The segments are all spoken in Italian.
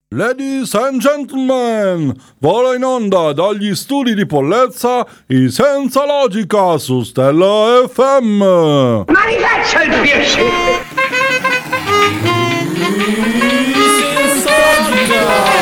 Ladies and gentlemen, vola in onda dagli studi di Pollezza i Senza Logica su Stella FM. Ma mi faccia il piacere! Senza Logica!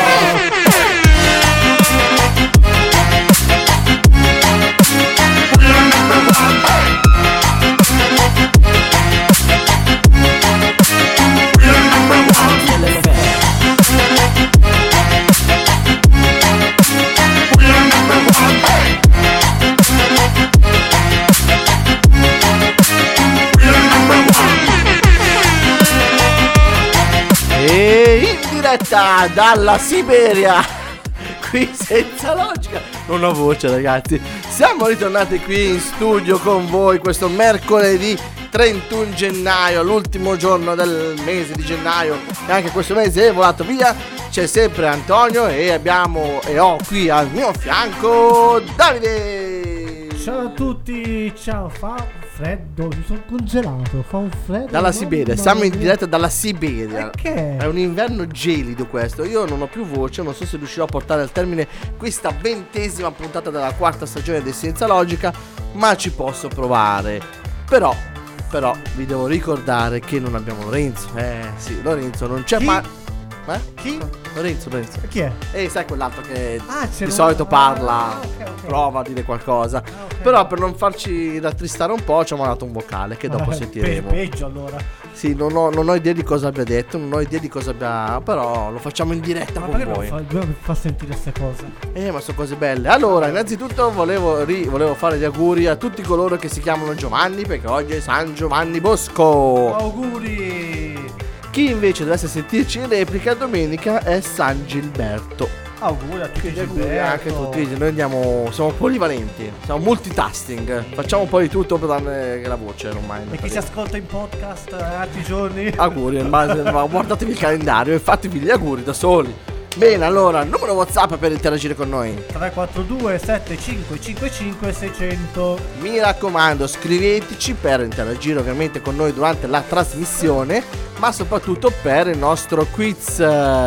Dalla Siberia, qui Senza Logica. Non ho voce, ragazzi. Siamo ritornati qui in studio con voi questo mercoledì 31 gennaio, l'ultimo giorno del mese di gennaio, e anche questo mese è volato via. C'è sempre Antonio e ho qui al mio fianco Davide. Ciao a tutti, ciao. Fa freddo, mi sono congelato, fa un freddo dalla Siberia, siamo in diretta dalla Siberia. Perché? È un inverno gelido questo. Io non ho più voce, non so se riuscirò a portare al termine questa 20ª puntata della 4ª stagione di Senza Logica, ma ci posso provare. Però vi devo ricordare che non abbiamo Lorenzo. Sì, Lorenzo non c'è. Ma chi? Lorenzo. Chi è? Sai quell'altro che c'è di solito parla, okay. prova a dire qualcosa. Okay. Però per non farci rattristare un po' ci ha mandato un vocale che dopo sentiremo. Peggio allora. Sì, non ho idea di cosa abbia detto, non ho idea di cosa abbia, però lo facciamo in diretta con voi. Ma perché non fa sentire queste cose? Ma sono cose belle. Allora, innanzitutto volevo fare gli auguri a tutti coloro che si chiamano Giovanni, perché oggi è San Giovanni Bosco. Auguri! Chi invece dovesse sentirci in replica domenica è San Gilberto. Auguri a tutti, auguri anche a tutti. Noi siamo polivalenti, siamo multitasking, facciamo un po' di tutto per darne la voce ormai. E chi si ascolta in podcast altri giorni? Auguri, guardatevi il calendario e fatevi gli auguri da soli. Bene, allora, numero WhatsApp per interagire con noi: 342 7555 600. Mi raccomando, scriveteci per interagire ovviamente con noi durante la trasmissione, ma soprattutto per il nostro quiz.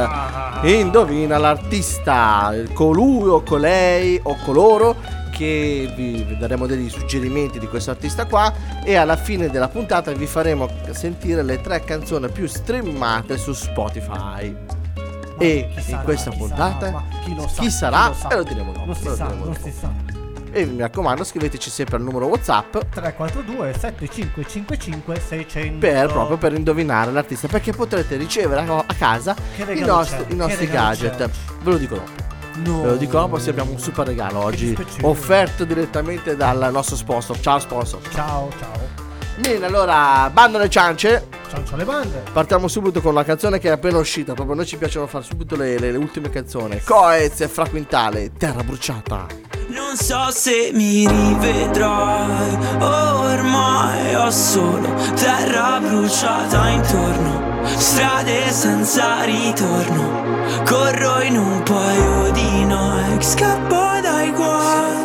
Indovina l'artista, colui o colei o coloro, che vi daremo degli suggerimenti di questo artista qua, e alla fine della puntata vi faremo sentire le 3 canzoni più streamate su Spotify. E in questa puntata chi sarà? E lo diremo dopo. Non si sa. E mi raccomando, scriveteci sempre al numero WhatsApp 342 7555 600 per indovinare l'artista, perché potrete ricevere a casa i nostri gadget. Ve lo dico dopo. Ve lo dico dopo, se abbiamo un super regalo oggi offerto direttamente dal nostro sponsor. Ciao sponsor. Ciao. Bene, allora, bando alle ciance. Ciao le bande. Partiamo subito con la canzone che è appena uscita. Proprio a noi ci piacciono fare subito le ultime canzoni. Coez e Fra Quintale, Terra Bruciata. Non so se mi rivedrai, ormai ho solo terra bruciata intorno, strade senza ritorno, corro in un paio di Nike, scappo dai guai,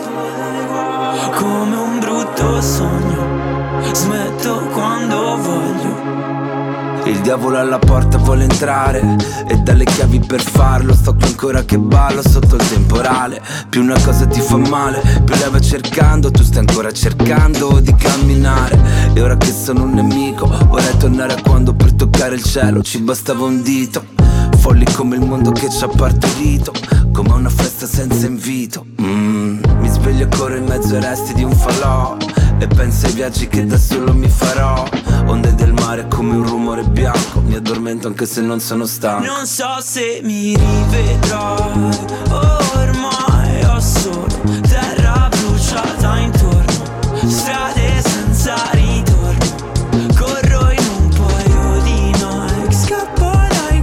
come un brutto sogno, smetto quando voglio. Il diavolo alla porta vuole entrare e dalle chiavi per farlo. Sto qui ancora che ballo sotto il temporale. Più una cosa ti fa male, più la vai cercando. Tu stai ancora cercando di camminare. E ora che sono un nemico vorrei tornare a quando per toccare il cielo ci bastava un dito. Folli come il mondo che ci ha partorito, come una festa senza invito. Mi sveglio e corro in mezzo ai resti di un falò e penso ai viaggi che da solo mi farò. Onde del mare come un rumore bianco, mi addormento anche se non sono stanco. Non so se mi rivedrai, ormai ho solo terra bruciata intorno, strade senza ritorno, corro in un paio di Nike, scappo dai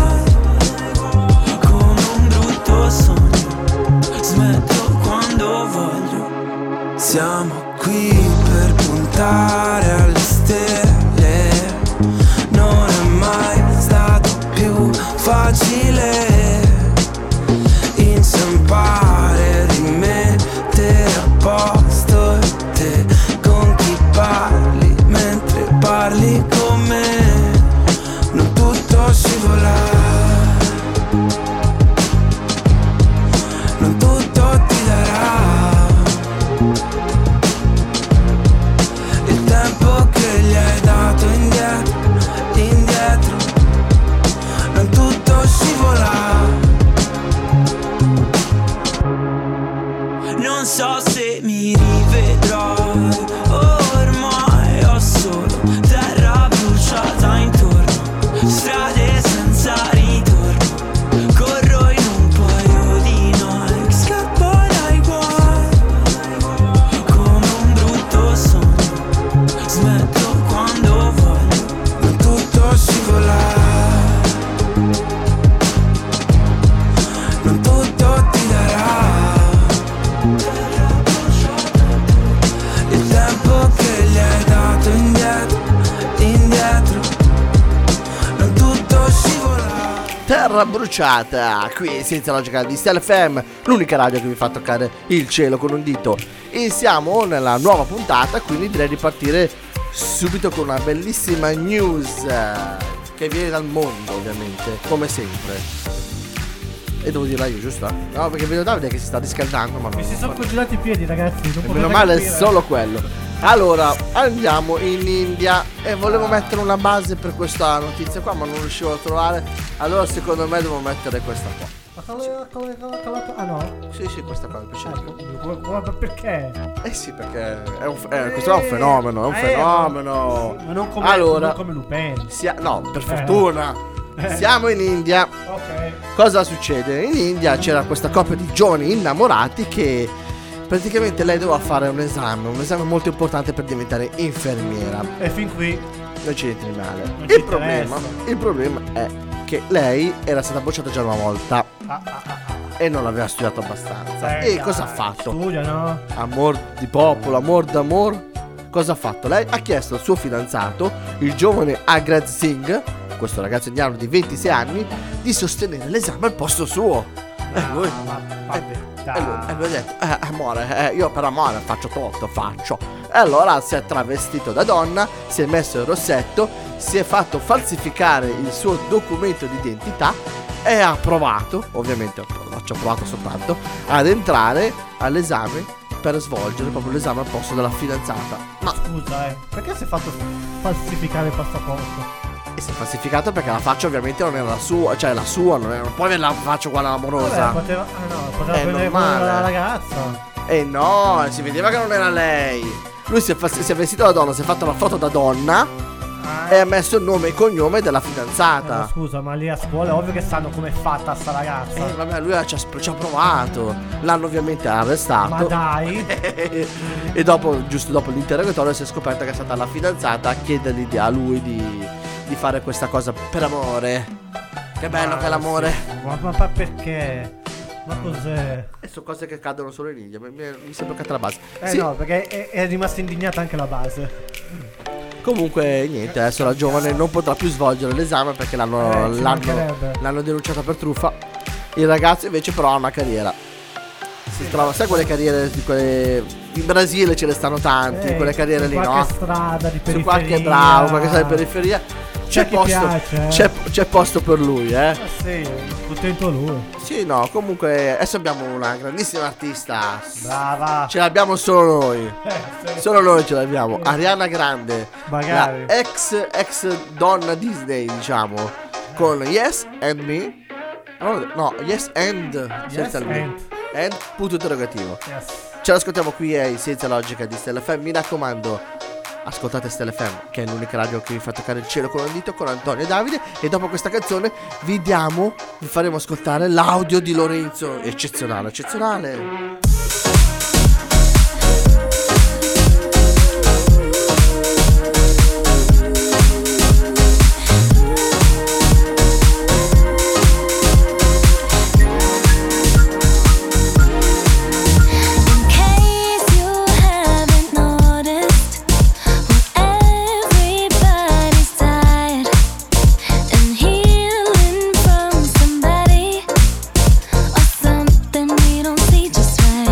guai, come un brutto sogno, smetto quando voglio. Siamo qui per puntare alle stelle, non è mai stato più facile inciampare, rimettere a posto te con chi parli mentre parli con me, non tutto scivola. Terra bruciata, qui senza logica di Stella FM, l'unica radio che vi fa toccare il cielo con un dito. E siamo nella nuova puntata, quindi direi di partire subito con una bellissima news che viene dal mondo, ovviamente, come sempre. E devo dirla io, giusto? No, perché vedo Davide che si sta riscaldando, ma Mi si sono congelati i piedi, ragazzi. Non meno potete male è capire. solo quello. Allora, andiamo in India e volevo mettere una base per questa notizia qua, ma non riuscivo a trovare. Allora secondo me devo mettere questa qua. Ah no? Sì, questa qua mi piace di più. Perché? Eh sì, perché questo è un fenomeno, è un fenomeno. Ma non come, Allora, non come Lupin. no, per fortuna. Siamo in India. Ok. Cosa succede? In India c'era questa coppia di giovani innamorati che praticamente lei doveva fare un esame molto importante per diventare infermiera. E fin qui Non c'è niente di male. Non ci Il problema è che lei era stata bocciata già una volta e non aveva studiato abbastanza. E dai, cosa ha fatto? Studia, no? Amor di popolo, amor d'amor. Cosa ha fatto? Lei ha chiesto al suo fidanzato, il giovane Agraj Singh, questo ragazzo indiano di 26 anni, di sostenere l'esame al posto suo. E lui ha detto, amore, io per amore faccio tutto, faccio. E allora si è travestito da donna, si è messo il rossetto, si è fatto falsificare il suo documento di identità e ha provato, ovviamente ci ha provato soltanto, ad entrare all'esame per svolgere proprio l'esame al posto della fidanzata. Ma Scusa, perché si è fatto falsificare il passaporto? e si è falsificato perché la faccia ovviamente non era la sua, cioè la sua, non era, non puoi avere la faccia uguale all'amorosa. Vabbè, poteva È prendere normale. quella della ragazza. E no, si vedeva che non era lei. Lui si è vestito da donna, si è fatto la foto da donna e ha messo il nome e cognome della Ma fidanzata. scusa, ma lì a scuola è ovvio che sanno com'è fatta sta ragazza. Vabbè, lui ci ha provato. L'hanno ovviamente arrestato. Ma dai. E dopo, giusto dopo l'interrogatorio, si è scoperta che è stata la fidanzata a chiedergli a lui di fare questa cosa per amore. Che bello che è l'amore. Ma perché? Ma cos'è? E sono cose che accadono solo in India. Mi sembra che la base. No, perché è rimasta indignata anche la base. Comunque niente, adesso la giovane non potrà più svolgere l'esame perché l'hanno Ci mancherebbe. denunciata per truffa. Il ragazzo invece però ha una carriera. Si trova, sai quelle carriere di quelle in Brasile ce ne stanno tanti, quelle carriere lì, su no? qualche strada di periferia. Su qualche bravo, qualche strada di periferia. C'è chi posto, piace, c'è posto per lui, Ah, sì, contento lui. Sì, no, comunque adesso abbiamo una grandissima artista. Brava. Ce l'abbiamo solo noi. Sì. Solo noi ce l'abbiamo. Ariana Grande, Magari. la ex donna Disney, diciamo, con Yes and Me. No, Yes and senza il me. And punto interrogativo. Yes. Ce l'ascoltiamo qui ai Senza Logica di Stella FM. Mi raccomando, ascoltate Stella FM, che è l'unica radio che vi fa toccare il cielo con un dito, con Antonio e Davide. E dopo questa canzone vi faremo ascoltare l'audio di Lorenzo. Eccezionale. Something we don't see just right.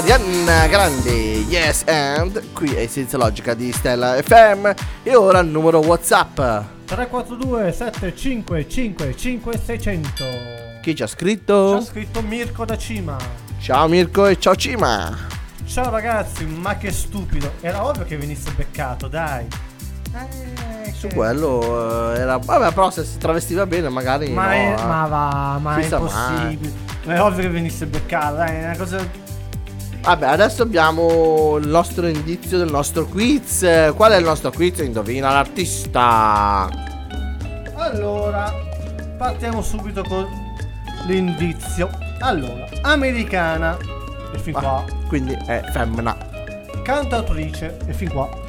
Ariana Grande, Yes and, qui è Senza Logica di Stella FM. E ora il numero WhatsApp 342 755 600. Chi ci ha scritto? Ci ha scritto Mirko da Cima. Ciao Mirko e ciao Cima. Ciao ragazzi, ma che stupido. Era ovvio che venisse beccato, dai. Su quello era. Vabbè, però se si travestiva bene magari. Ma è Chissà impossibile. È ovvio che venisse beccato, dai, è una cosa. Vabbè, adesso abbiamo il nostro indizio del nostro quiz. Qual è il nostro quiz? Indovina l'artista. Allora, partiamo subito con l'indizio. Allora, americana. E fin qua. Quindi è femmina. Cantautrice. E fin qua.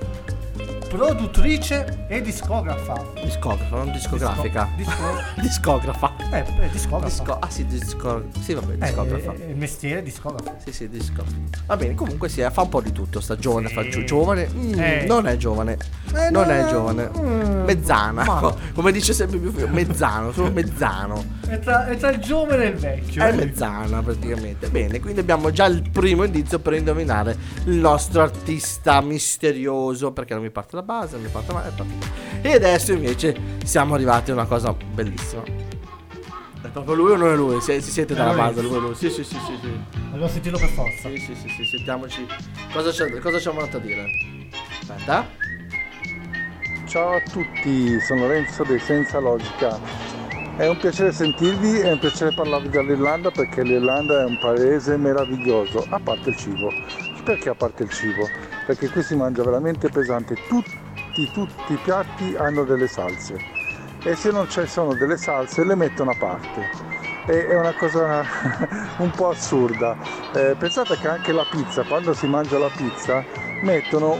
Produttrice e discografa. Discografa, non discografica. Discografa. Discografa. Sì, vabbè, discografa. Il mestiere discografa. Sì, discografa. Va bene, comunque fa un po' di tutto. Sta giovane, Sì. fa giovane. Non è giovane. Non è giovane. Mezzana. Ma- Come dice sempre mio figlio, mezzano, sono mezzano. È tra il giovane e il vecchio. È mezzana praticamente. Bene, quindi abbiamo già il primo indizio per indovinare il nostro artista misterioso. Perché non mi parte la base, non mi parte mai. E adesso invece siamo arrivati a una cosa bellissima. È proprio lui o non è lui? Si sente dalla base lui. Sì. Allora sentirlo per forza. Sì, sentiamoci. Cosa ci ha mandato a dire? Aspetta. Ciao a tutti, sono Lorenzo dei Senza Logica. È un piacere sentirvi, è un piacere parlarvi dall'Irlanda perché l'Irlanda è un paese meraviglioso, a parte il cibo. Perché a parte il cibo? Perché qui si mangia veramente pesante, tutti i piatti hanno delle salse e se non ci sono delle salse le mettono a parte. È una cosa un po' assurda. Pensate che anche la pizza, quando si mangia la pizza, mettono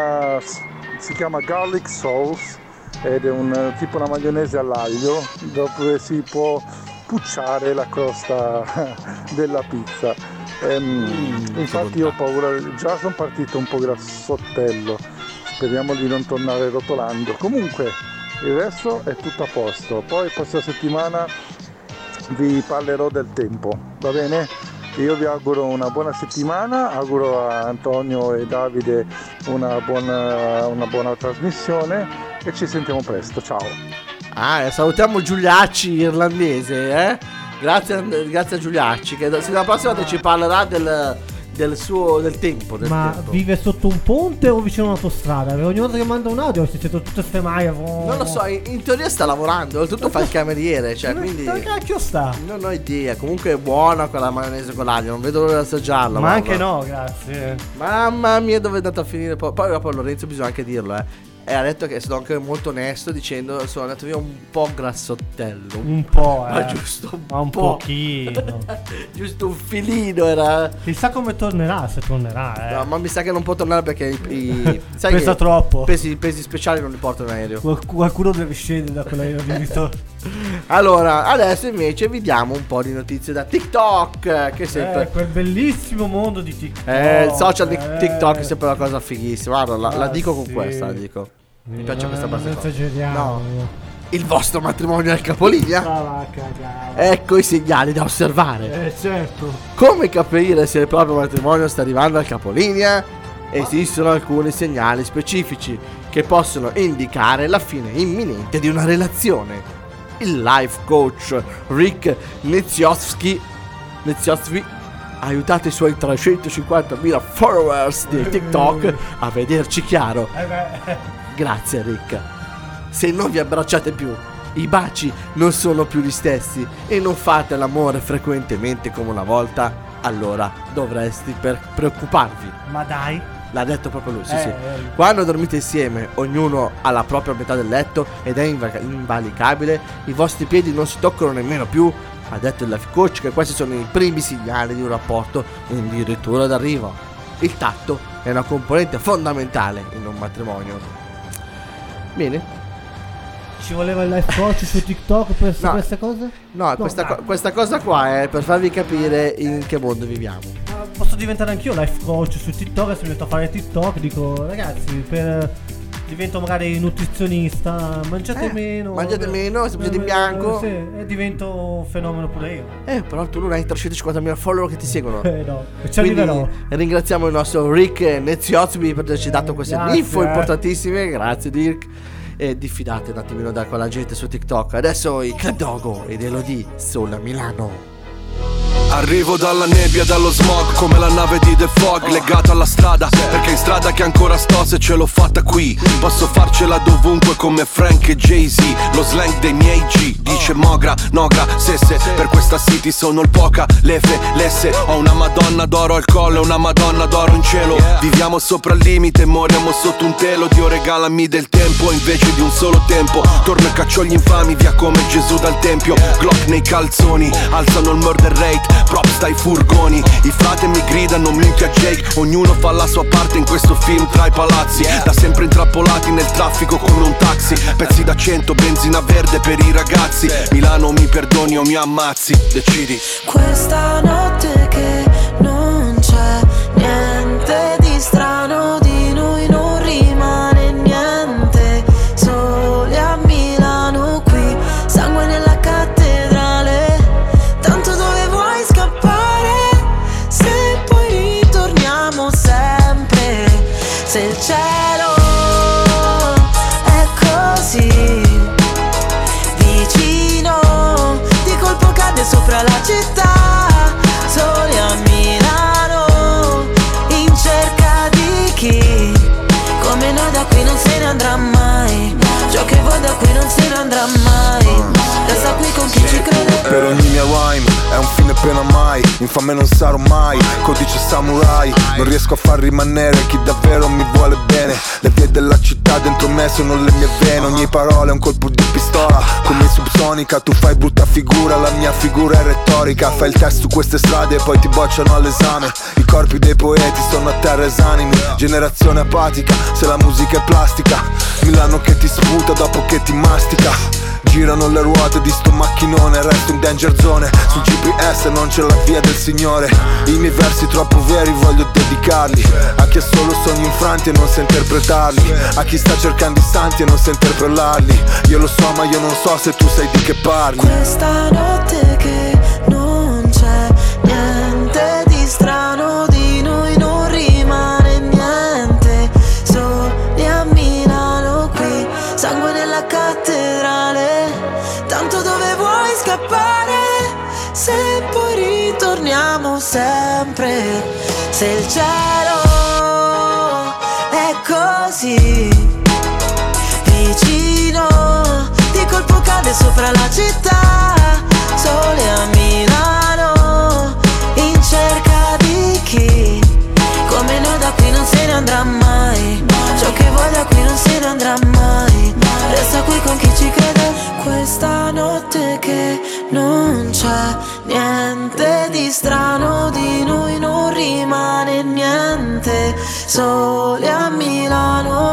si chiama garlic sauce ed è un tipo una maionese all'aglio dove si può pucciare la crosta della pizza. Infatti io ho paura, già sono partito un po' grassottello, speriamo di non tornare rotolando. Comunque il resto è tutto a posto, poi la prossima settimana vi parlerò del tempo, va bene? Io vi auguro una buona settimana, auguro a Antonio e Davide una buona trasmissione e ci sentiamo presto, ciao! Salutiamo Giuliacci irlandese, Grazie a Giuliacci che la prossima volta ci parlerà del tempo. Ma tempo. vive sotto un ponte o vicino a un'autostrada? Ogni volta che manda un audio si sente tutte ste maglie. Non lo so, in teoria sta lavorando, oltretutto fa il cameriere, cioè quindi. Dove cacchio sta? Non ho idea, comunque è buona quella maionese con l'aglio, non vedo l'ora di assaggiarla. Ma guarda. anche no, grazie. Mamma mia, dove è andato a finire? Poi Lorenzo bisogna anche dirlo, E ha detto che è stato anche molto onesto dicendo sono andato via un po' grassottello. Un po', Ma giusto un po'. pochino. Giusto un filino era. Chissà come tornerà, se tornerà, No, ma mi sa che non può tornare perché sai pesa che troppo. Pesi speciali non li porta in aereo. Qualcuno deve scendere da quell'aereo di ritorno. Allora, adesso invece vi diamo un po' di notizie da TikTok. Che è sempre Quel bellissimo mondo di TikTok. il social di TikTok è sempre una cosa fighissima. Guarda, la dico con sì. questa, la dico. Mi piace questa base Non qua. esageriamo. No. Il vostro matrimonio al capolinea? Va a cagare. Ecco i segnali da osservare. Certo. Come capire se il proprio matrimonio sta arrivando al capolinea? Esistono alcuni segnali specifici che possono indicare la fine imminente di una relazione. Il life coach Rick Niziowski ha aiutato i suoi 350.000 followers di TikTok a vederci chiaro. Grazie Rick. Se non vi abbracciate più, i baci non sono più gli stessi e non fate l'amore frequentemente come una volta, allora dovresti preoccuparvi. Ma dai. L'ha detto proprio lui, sì. Quando dormite insieme, ognuno ha la propria metà del letto ed è invalicabile, i vostri piedi non si toccano nemmeno più. Ha detto il life coach che questi sono i primi segnali di un rapporto addirittura d'arrivo. Il tatto è una componente fondamentale in un matrimonio. Bene. Ci voleva il life coach su TikTok per No. queste cose? No, questa cosa qua è per farvi capire in che mondo viviamo. Posso diventare anch'io life coach su TikTok? Se mi metto a fare TikTok dico ragazzi per divento magari nutrizionista, mangiate meno, se mangiate in bianco. sì, e divento un fenomeno pure io. Però tu non hai 350.000 follower che ti seguono. No, ci arriverò. Ringraziamo il nostro Rick Neziozbi per averci dato queste info importantissime. Grazie Dirk. E diffidate un attimino da quella gente su TikTok. Adesso i Club Dogo ed Elodie solo a Milano. Arrivo dalla nebbia, dallo smog, come la nave di The Fog, legata alla strada, perché in strada che ancora sto, se ce l'ho fatta qui, posso farcela dovunque come Frank e Jay-Z. Lo slang dei miei G, dice Mogra, Nogra, Sesse, per questa city sono il poca, lefe, lesse. Ho una madonna d'oro al collo e una madonna d'oro in cielo. Viviamo sopra il limite, moriamo sotto un telo. Dio regalami del tempo invece di un solo tempo. Torno e caccio gli infami via come Gesù dal tempio. Glock nei calzoni, alzano il murder rate, props dai furgoni. I frate mi gridano minchia Jake. Ognuno fa la sua parte in questo film tra i palazzi. Da sempre intrappolati nel traffico come un taxi. Pezzi da 100, benzina verde per i ragazzi. Milano mi perdoni o mi ammazzi, decidi. Questa notte che non c'è niente di strano, di noi non rimane niente. Soli a Milano qui, sangue nella cattedrale. Tanto dove vuoi scappare, se poi ritorniamo sempre. Se il cielo è così vicino, di colpo cade sopra la città. Soli a Milano, in cerca di chi come noi da qui non se ne andrà mai. Ciò che vuoi da qui non se ne andrà mai. Resta qui con chi ci crede. Per ogni mia rhyme è un fine pena mai. Infame non sarò mai, codice samurai. Non riesco a far rimanere chi davvero mi vuole bene. Le vie della città dentro me sono le mie vene. Ogni parola è un colpo di pistola, come in subsonica. Tu fai brutta figura, la mia figura è retorica. Fai il test su queste strade e poi ti bocciano all'esame. I corpi dei poeti sono a terra esanimi. Generazione apatica, se la musica è plastica. Milano che ti sputa dopo che ti mastica. Girano le ruote di sto macchinone, resto in danger zone. Sul GPS non c'è la via del Signore. I miei versi troppo veri voglio dedicarli a chi ha solo sogni infranti e non sa interpretarli, a chi sta cercando i santi e non sa interpellarli. Io lo so ma io non so se tu sai di che parli. Questa notte che non c'è niente di strano, di noi non rimane niente. Soli a Milano qui, sangue nella cattedrale. Tanto dove vuoi scappare, se poi ritorniamo sempre. Se il cielo è così vicino, di colpo cade sopra la città. Soli a Milano, in cerca di chi come noi da qui non se ne andrà mai. Ciò che vuoi da qui non se ne andrà mai. Resta qui con chi ci crede. Questa notte che non c'è niente di strano, di noi non rimane niente. Soli a Milano.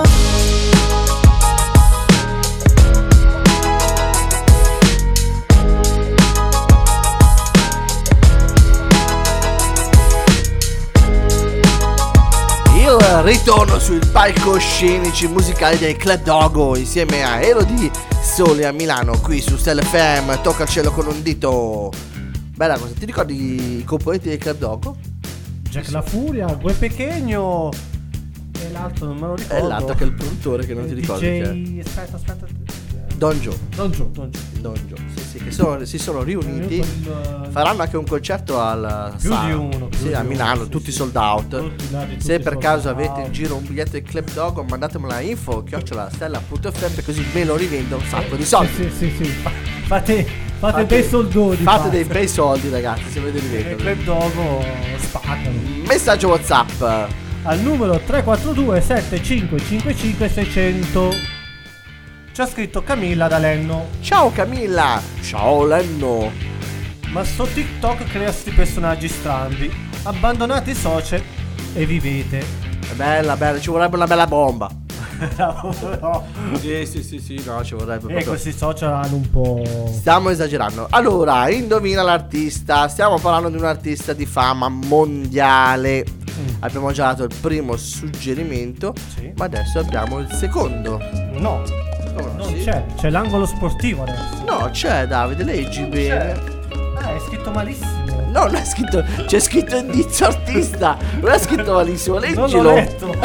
Il ritorno sui palcoscenici musicali del Club Dogo insieme a Elodie, Soli a Milano, qui su Stella FM. Tocca il cielo con un dito. Bella cosa, ti ricordi i componenti del Club Dogo? Jack La Furia, Gue Pequeño e l'altro non me lo ricordo. E l'altro che è il produttore che non ti ricordi DJ... Aspetta. Don Joe. Sì, che si sono riuniti. Faranno anche un concerto al più di uno, sì, a Milano, tutti sold out. Se per caso out. avete in giro un biglietto del Club Dogo, mandatemela info@stella.fm, così me lo rivendo un sacco di soldi. Sì. Fate bei soldoni. Fate dei bei soldi, ragazzi, se avete rivendo. Il Club Dogo spaccano. Messaggio WhatsApp al numero 342 7555 600. C'ha scritto Camilla da Lenno. Ciao Camilla. Ciao Lenno. Ma sto TikTok crea sti personaggi strani. Abbandonate i social e vivete. È bella, ci vorrebbe una bella bomba. No. Sì, no, ci vorrebbe proprio. E questi social hanno un po'. Stiamo esagerando. Allora, indovina l'artista. Stiamo parlando di un artista di fama mondiale. Abbiamo già dato il primo suggerimento, Sì. ma adesso abbiamo il secondo. No, Come no, non sì? c'è l'angolo sportivo adesso. No, c'è Davide, leggi bene. È scritto malissimo. No, non è scritto, c'è scritto indizio artista. Non è scritto malissimo, leggilo. Non l'ho letto.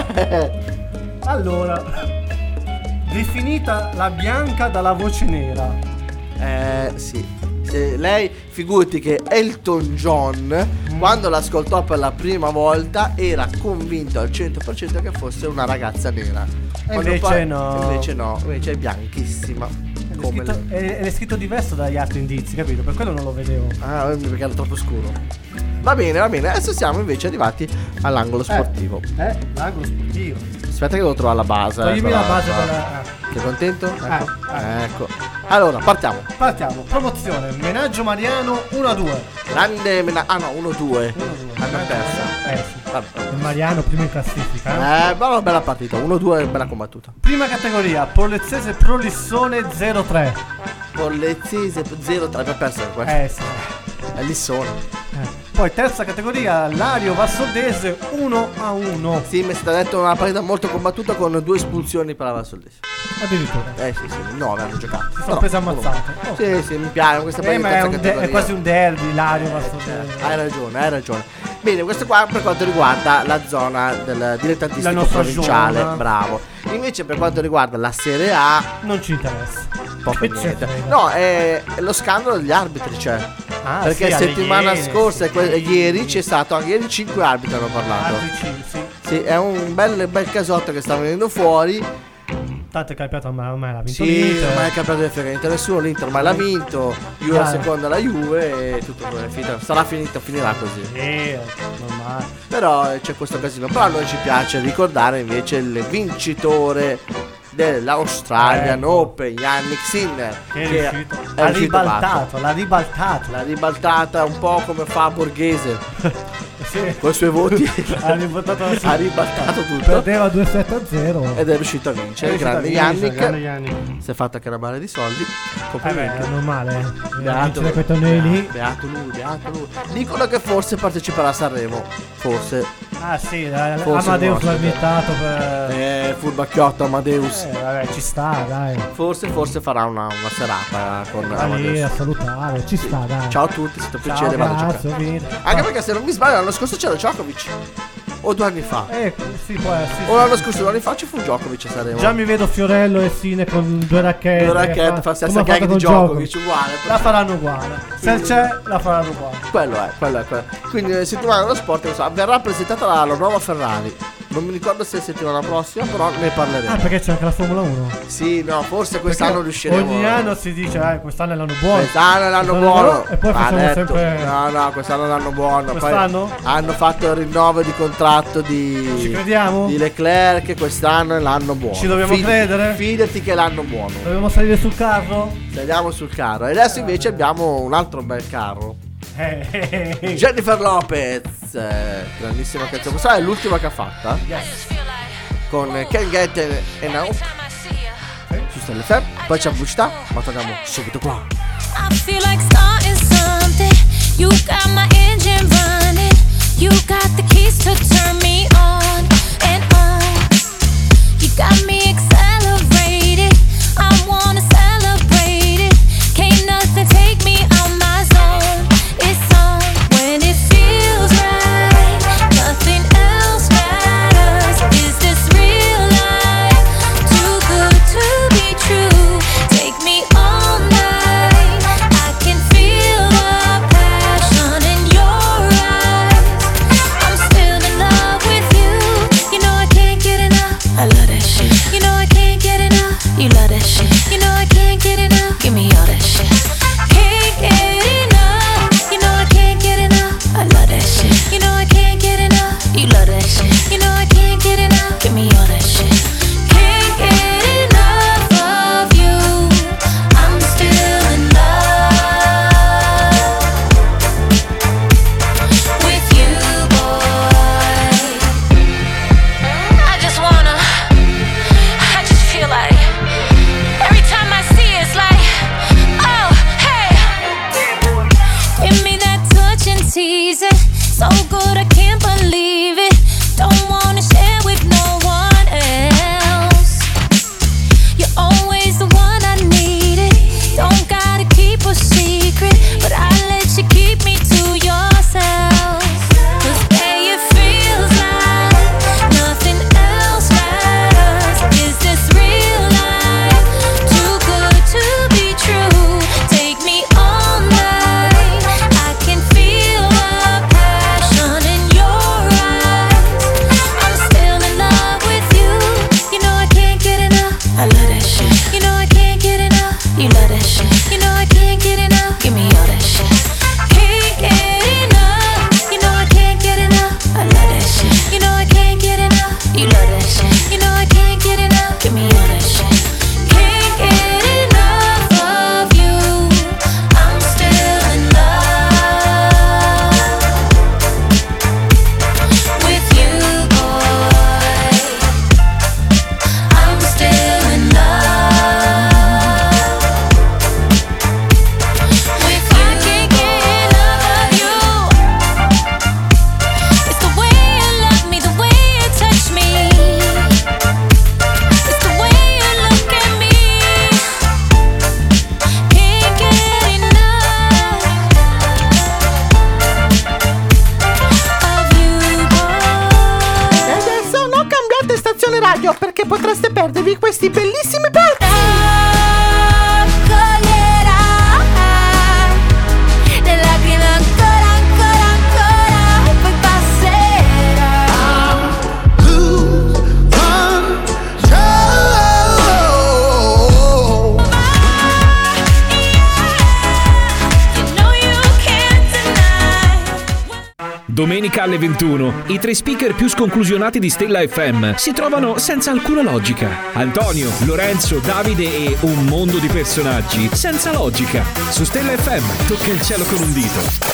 Allora, definita la bianca dalla voce nera. Sì. Se lei, figurati che Elton John, quando l'ascoltò per la prima volta, era convinto al 100% che fosse una ragazza nera. Quando invece no. Invece è bianchissima. Come È scritto diverso dagli altri indizi, capito? Per quello non lo vedevo. Ah, perché era troppo scuro. Va bene. Adesso siamo invece arrivati all'angolo sportivo. L'angolo sportivo. Aspetta che devo trovare la base. Toglimi la base della... Sei contento? Ecco. Allora, partiamo. Promozione, Menaggio Mariano 1-2. Grande 1-2. Hanno persa. Sì. Vabbè. Il Mariano primo in classifica. Bella partita. 1-2, bella combattuta. Prima categoria, Pollezzese Prolissone 0-3. Pollezzese 0-3. Abbiamo perso qua. Sì. È Lissone. Poi terza categoria, Lario Vassoldese 1-1. Sì, mi è stata detta una partita molto combattuta con 2 espulsioni per la Vassoldese. Addirittura. Sì, 9 hanno giocato. Si sono prese ammazzate. Sì, mi piace questa partita. Ma è quasi un derby, Lario Vassoldese. Hai ragione. Bene, questo qua per quanto riguarda la zona del dilettantistico provinciale. zona. Bravo. Invece per quanto riguarda la Serie A, non ci interessa. poco e Che niente. c'è? No, è lo scandalo degli arbitri c'è. Perché sì, settimana ieri, scorsa sì, e ieri c'è stato, anche ieri 5 arbitri hanno parlato. Sì. Sì, è un bel casotto che sta venendo fuori. Tanto è capitato, ormai l'ha vinto Sì, l'Inter. ormai è capitato di frega niente a nessuno. L'Inter ormai l'ha vinto. Juve la seconda la Juve e tutto è finito. Sarà finito, finirà così. Normale. Però c'è questo casino. Però a noi ci piace ricordare invece il vincitore dell'Australian Open, Yannick Sinner, Che è riuscito. è riuscito L'ha ribaltato. l'ha ribaltata un po' come fa Borghese Sì. con i suoi voti. Ha ribaltato Ha ribaltato tutto Perdeva 2-7-0. ed è riuscito a vincere. Grande Yannick. Si è fatto anche una marea di soldi. È normale. Beato Vincere quei tornei lì. Beato lui. Dicono che forse parteciperà a Sanremo. Forse. Sì, Forse Amadeus no, l'ha invitato per... Furbacchiotto Amadeus. Vabbè, ci sta, dai. Forse farà una serata con Va lì Amadeus. a salutare, ci sta, dai. Ciao a tutti, è stato un Ciao, piacere, vado a grazie, giocare. ho vinto. Anche perché se non mi sbaglio l'anno scorso c'era Djokovic. O 2 anni fa. Sì, può essere. O l'anno scorso 2 anni fa ci fu Djokovic a Sanremo. Già mi vedo Fiorello e Sine con 2 racchette. 2 racchette, fa stessa come ha gag fatto di con Djokovic, uguale. La faranno uguale. Se c'è, la faranno uguale. Quello è. Quindi settimana dello sport verrà presentata la nuova Ferrari. Non mi ricordo se è settimana prossima, però ne parleremo. Perché c'è anche la Formula 1. Sì, no, forse quest'anno riusciremo. Ogni anno si dice, quest'anno è l'anno buono. Quest'anno è l'anno buono. E poi facciamo sempre... No, quest'anno è l'anno buono. Quest'anno? Poi hanno fatto il rinnovo di contratto di... Ci crediamo? Di Leclerc, quest'anno è l'anno buono. Ci dobbiamo credere? Fidati che è l'anno buono. Dobbiamo salire sul carro? Saliamo sul carro. E adesso invece abbiamo un altro bel carro. Jennifer Lopez, grandissima canzone. Questa è l'ultima che ha fatta. Con Can't Get Enough su Stelle FM. Poi c'è pubblicità, ma torniamo subito qua. I feel like starting something. You got my engine running. You got the keys to turn me on and on. You got me accelerated. I wanna celebrate it. Can't nothing take me out my zone. It's on when it feels right. Nothing else matters. Is this real life? Too good to be true. Take me all night. I can feel the passion in your eyes. I'm still in love with you. You know I can't get enough. I love that shit. You know I can't get enough. You love that shit. You know I can't get enough. Give me all that shit. Can't get enough. You know I can't get enough. I love that shit. You know I can't get enough. You love that shit. You know I can't get enough. Give me all that shit. Can't get enough of you. I'm still in love with you, boy. I just feel like every time I see it, it's like, oh, hey. Give me that touch and tease it. So good I can't believe it. radio perché potreste perdervi questi bellissimi pezzi. Le lacrime ancora, ancora, ancora, e poi passerà. Domenica alle 21, i 3 speaker più sconclusionati di Stella FM si trovano senza alcuna logica. Antonio, Lorenzo, Davide e un mondo di personaggi senza logica. Su Stella FM tocca il cielo con un dito.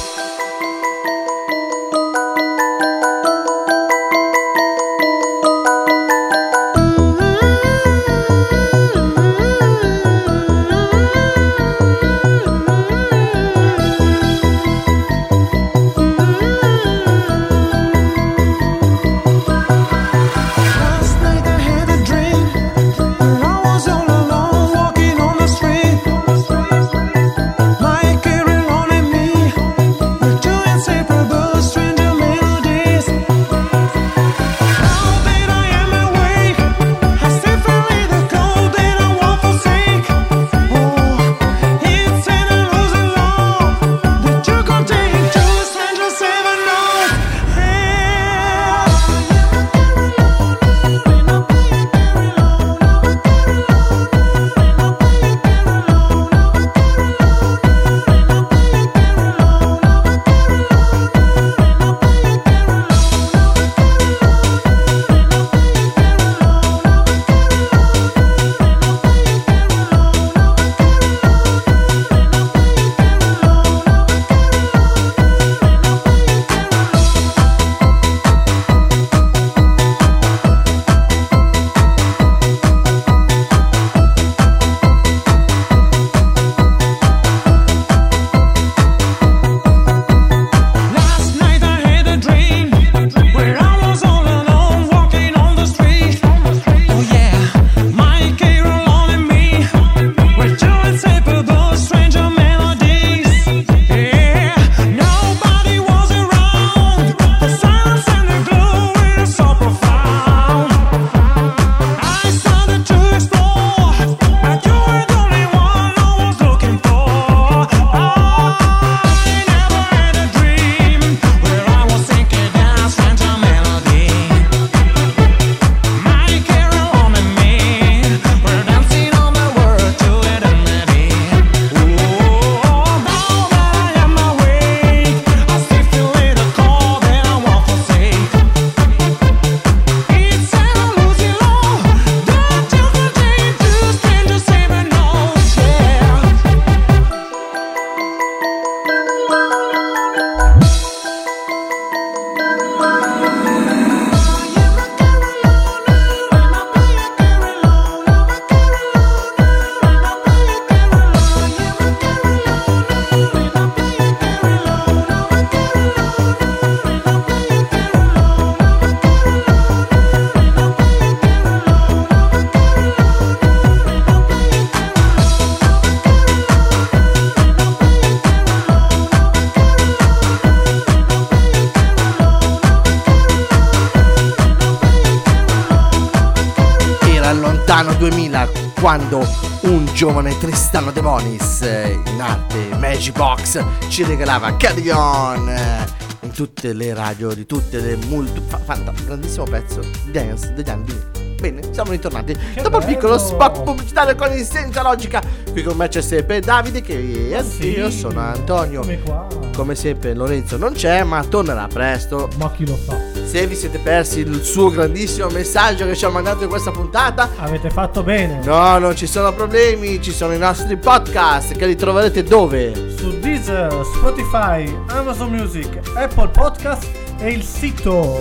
lontano 2000, quando un giovane Tristano De Monis, in arte Magic Box, ci regalava Carry On in tutte le radio di tutte le grandissimo pezzo dance degli anni. Bene, siamo ritornati dopo il piccolo spot pubblicitario con il Senza Logica. Qui con me c'è sempre Davide, che io sono Antonio. Come sempre Lorenzo non c'è, ma tornerà presto. Ma chi lo sa? Se vi siete persi il suo grandissimo messaggio che ci ha mandato in questa puntata, avete fatto bene. No, non ci sono problemi, ci sono i nostri podcast che li troverete dove? Su Deezer, Spotify, Amazon Music, Apple Podcast e il sito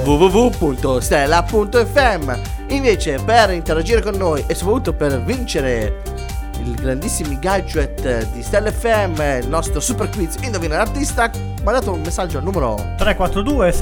www.stella.fm. Invece, per interagire con noi e soprattutto per vincere i grandissimi gadget di Stella FM, il nostro super quiz Indovina l'artista, mandate un messaggio al numero 342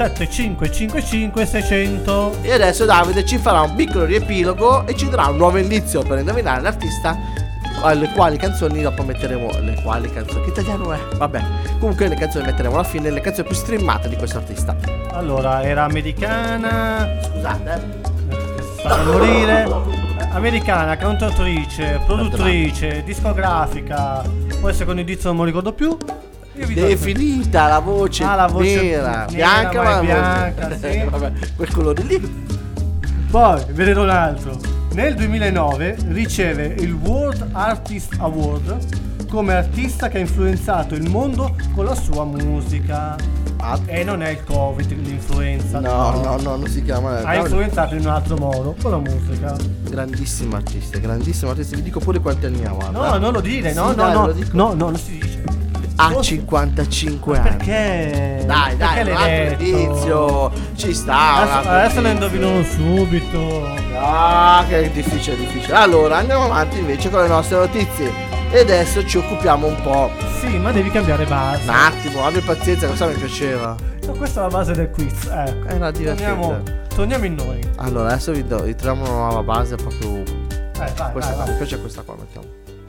7555 600. E adesso Davide ci farà un piccolo riepilogo e ci darà un nuovo indizio per indovinare l'artista, alle quali canzoni dopo metteremo. Le quali canzoni? Che italiano è? Vabbè, comunque le canzoni metteremo alla fine, le canzoni più streamate di questo artista. Allora, era americana. Scusate, morire. Americana, cantautrice, produttrice, discografica. Poi secondo indizio non mi ricordo più. Definita la voce, la voce nera, bianca, ma bianca, sì. Vabbè, quel colore lì. Poi vedete un altro. Nel 2009 riceve il World Artist Award come artista che ha influenzato il mondo con la sua musica. E non è il Covid l'influenza. No, non si chiama. Ha influenzato in un altro modo con la musica. Grandissimo artista. Vi dico pure quanti anni ha. No, non lo dire, no, non si dice. Ha 55 anni. Perché? Dai, un altro indizio. Ci sta. Adesso ne indovinano subito. Ah, che è difficile. Allora, andiamo avanti invece con le nostre notizie. E adesso ci occupiamo un po'. Sì, ma devi cambiare base. Un attimo, abbi pazienza, cosa mi piaceva. Questa è la base del quiz. Era divertente. Torniamo in noi. Allora, adesso vi troviamo una nuova base proprio. Vai. Mi piace questa qua, mettiamo.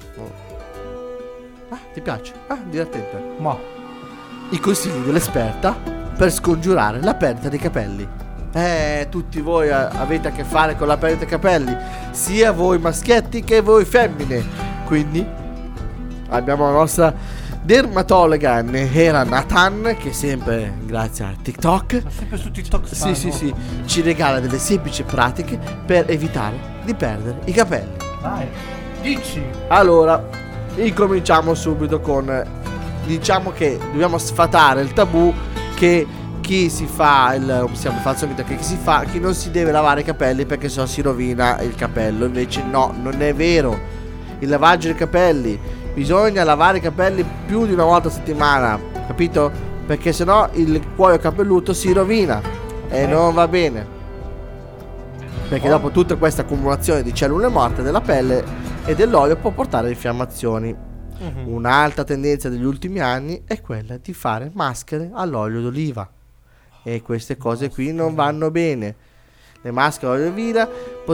Ti piace? Divertente. Ma i consigli dell'esperta per scongiurare la perdita dei capelli. Tutti voi avete a che fare con la perdita dei capelli, sia voi maschietti che voi femmine. Quindi abbiamo la nostra dermatologa Nehera Nathan, che sempre grazie a TikTok, ma sempre su TikTok sì, ci regala delle semplici pratiche per evitare di perdere i capelli. Vai, dici. Allora, incominciamo subito con, diciamo che dobbiamo sfatare il tabù che chi si fa chi non si deve lavare i capelli perché sennò si rovina il capello. Invece no, non è vero. Il lavaggio dei capelli, bisogna lavare i capelli più di una volta a settimana, capito? Perché sennò il cuoio capelluto si rovina e non va bene. Perché dopo tutta questa accumulazione di cellule morte della pelle e dell'olio può portare a infiammazioni. Un'altra tendenza degli ultimi anni è quella di fare maschere all'olio d'oliva. E queste cose qui non vanno bene. Le maschere all'olio d'oliva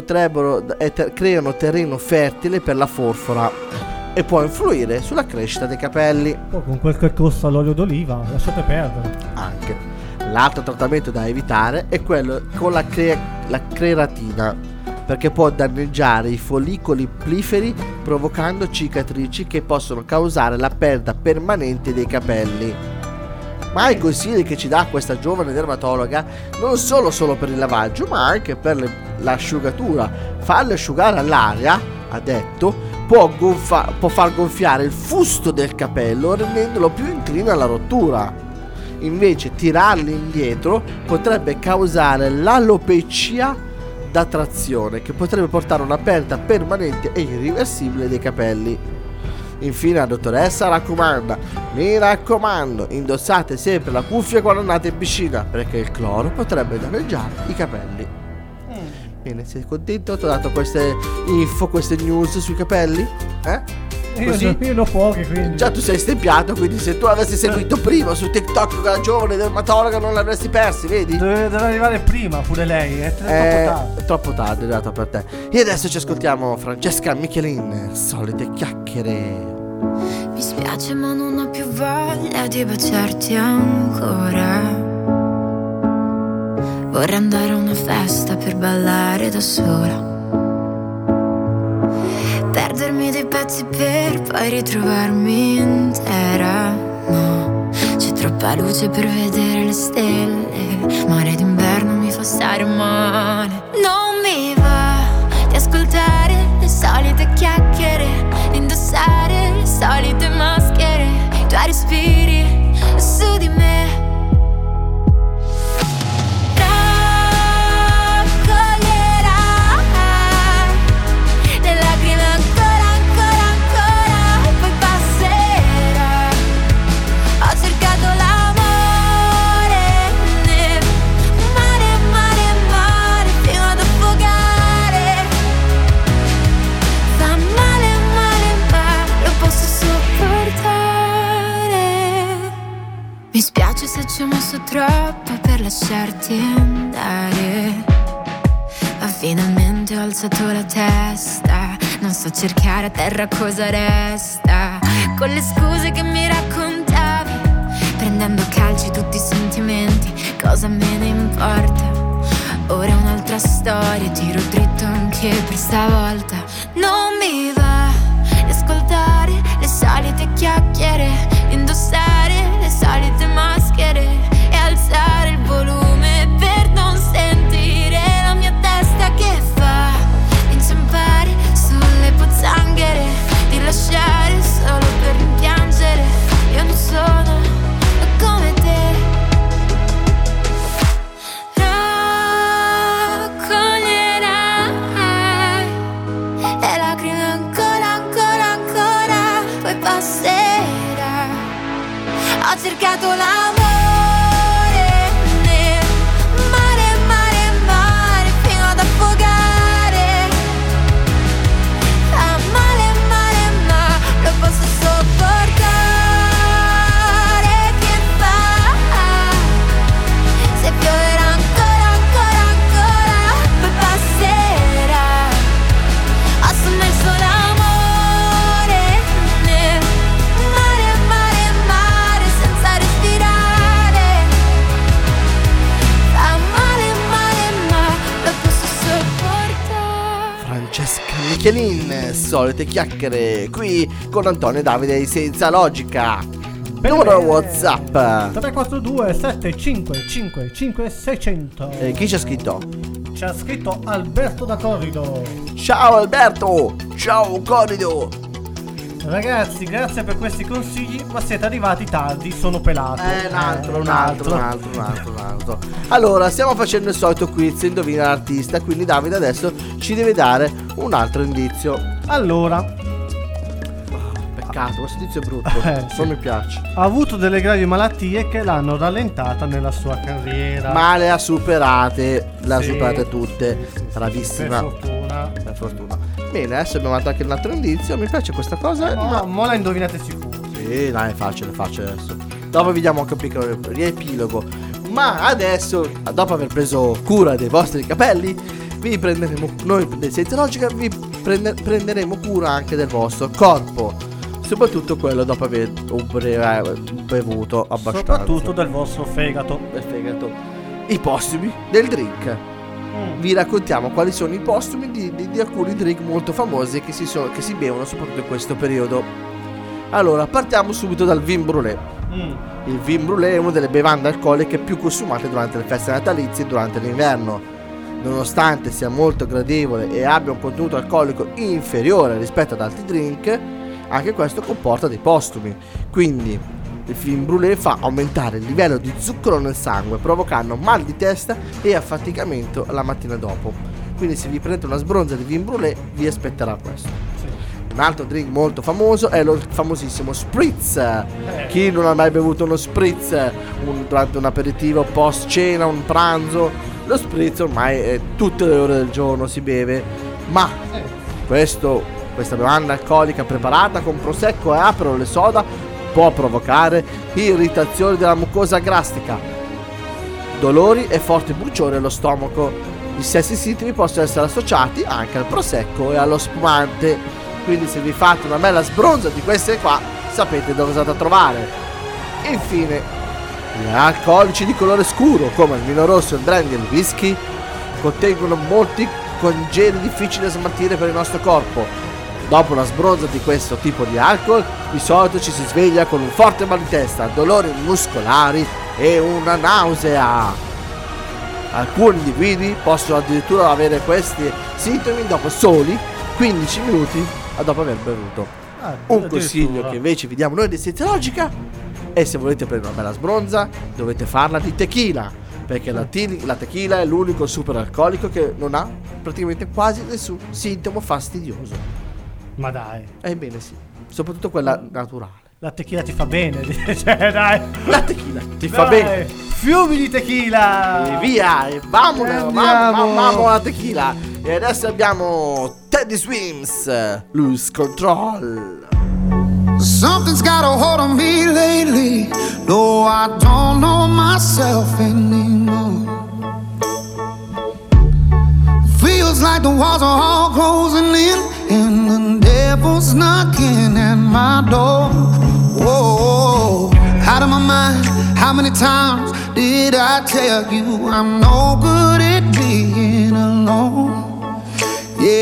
creano terreno fertile per la forfora e può influire sulla crescita dei capelli. Con quel che costa l'olio d'oliva, lasciate perdere. Anche. L'altro trattamento da evitare è quello con la creatina, perché può danneggiare i follicoli pliferi provocando cicatrici che possono causare la perdita permanente dei capelli. Ma i consigli che ci dà questa giovane dermatologa non solo per il lavaggio, ma anche per l'asciugatura. Farle asciugare all'aria, ha detto, può far gonfiare il fusto del capello rendendolo più incline alla rottura. Invece tirarli indietro potrebbe causare l'alopecia da trazione, che potrebbe portare a una perdita permanente e irreversibile dei capelli. Infine la dottoressa raccomanda: mi raccomando, indossate sempre la cuffia quando andate in piscina, perché il cloro potrebbe danneggiare i capelli. Bene, sei contento? Ti ho dato queste info, queste news sui capelli? Io ne ho pochi, quindi. Già tu sei stempiato, quindi se tu avessi seguito prima su TikTok con la giovane dermatologa non l'avresti persi, vedi? Deve arrivare prima pure lei, è troppo tardi. Troppo tardi è arrivato per te. E adesso ci ascoltiamo Francesca Michelin, Solite chiacchiere. Mi spiace ma non ho più voglia di baciarti ancora. Vorrei andare a una festa per ballare da sola, perdermi dei pezzi per poi ritrovarmi intera. No, c'è troppa luce per vedere le stelle, mare d'inverno mi fa stare male. Non mi va di ascoltare le solite chiacchiere, indossare le solite maschere, i tuoi respiri su di me. Mi spiace se ci ho messo troppo per lasciarti andare, ma finalmente ho alzato la testa. Non so cercare a terra cosa resta, con le scuse che mi raccontavi, prendendo a calci tutti i sentimenti. Cosa me ne importa? Ora è un'altra storia, tiro dritto che per stavolta non mi va di ascoltare le solite chiacchiere, indossare le solite maschere e alzare il volume per non sentire la mia testa che fa inciampare sulle pozzanghere, di lasciare solo per rimpiangere. Io non sono come te. Raccoglierai le lacrime ancora, ancora, ancora, poi passerà. Ho cercato l'amore nel mare, mare, mare, fino ad affogare. Fa male, male, ma lo posso sopportare. Che fa? Se pioverà ancora, ancora, ancora, poi passerà. Ho sommerso l'amore nel mare, mare, mare, senza respirare. Fa male, male, ma lo posso sopportare. Francesca Michelin, solite chiacchiere qui con Antonio e Davide Senza Logica. Numero WhatsApp. 342 755 5600. E chi c'ha scritto? C'ha scritto Alberto da Corrido. Ciao Alberto, ciao Corrido. Ragazzi, grazie per questi consigli, ma siete arrivati tardi, sono pelato. Un altro. Allora, stiamo facendo il solito quiz, indovina l'artista, quindi Davide adesso ci deve dare un altro indizio. Allora, Peccato, questo indizio è brutto, sì. non mi piace. ha avuto delle gravi malattie che l'hanno rallentata nella sua carriera. Ma le ha superate, Sì. tutte. Bravissima. Per fortuna. Bene, adesso abbiamo dato anche un altro indizio, mi piace questa cosa. No, mo la indovinate sicuro. Sì, dai, è facile adesso. Dopo vi diamo anche un piccolo riepilogo. Ma adesso, dopo aver preso cura dei vostri capelli, vi prenderemo, noi del Senza Logica, vi prenderemo cura anche del vostro corpo. Soprattutto quello dopo aver bevuto abbastanza. Soprattutto del vostro fegato. Del fegato. I postumi del drink. Vi raccontiamo quali sono i postumi di alcuni drink molto famosi che si bevono soprattutto in questo periodo. Allora, partiamo subito dal vin brûlé. Il vin brûlé è una delle bevande alcoliche più consumate durante le feste natalizie e durante l'inverno. Nonostante sia molto gradevole e abbia un contenuto alcolico inferiore rispetto ad altri drink, anche questo comporta dei postumi. Quindi il vin brûlé fa aumentare il livello di zucchero nel sangue, provocando mal di testa e affaticamento la mattina dopo. Quindi se vi prendete una sbronza di vin brûlé vi aspetterà questo. Un altro drink molto famoso è lo famosissimo spritz. Chi non ha mai bevuto uno spritz durante un aperitivo, post cena, un pranzo? Lo spritz ormai è tutte le ore del giorno si beve. Ma questa bevanda alcolica preparata con prosecco e aperol e soda può provocare irritazioni della mucosa gastrica, dolori e forti bruciori allo stomaco. Gli stessi sintomi possono essere associati anche al prosecco e allo spumante. Quindi se vi fate una bella sbronza di queste qua, sapete dove andate a trovare. Infine, gli alcolici di colore scuro come il vino rosso, il brandy e il whisky contengono molti congeli difficili da smaltire per il nostro corpo. Dopo una sbronza di questo tipo di alcol, di solito ci si sveglia con un forte mal di testa, dolori muscolari e una nausea. Alcuni individui possono addirittura avere questi sintomi dopo soli 15 minuti dopo aver bevuto. Un consiglio che invece vi diamo noi di Senza Logica è: se volete prendere una bella sbronza, dovete farla di tequila, perché la tequila è l'unico superalcolico che non ha praticamente quasi nessun sintomo fastidioso. Ma dai. Ebbene sì, soprattutto quella naturale. La tequila ti fa bene, cioè dai. La tequila ti fa bene. Fiumi di tequila. E via, e vamo la tequila. E adesso abbiamo Teddy Swims, Lose Control. Something's got a hold on me lately. No, I don't know myself anymore. Feels like the walls are all closing in, and the devil's knocking at my door. Whoa, out of my mind. How many times did I tell you I'm no good at being alone? Yeah.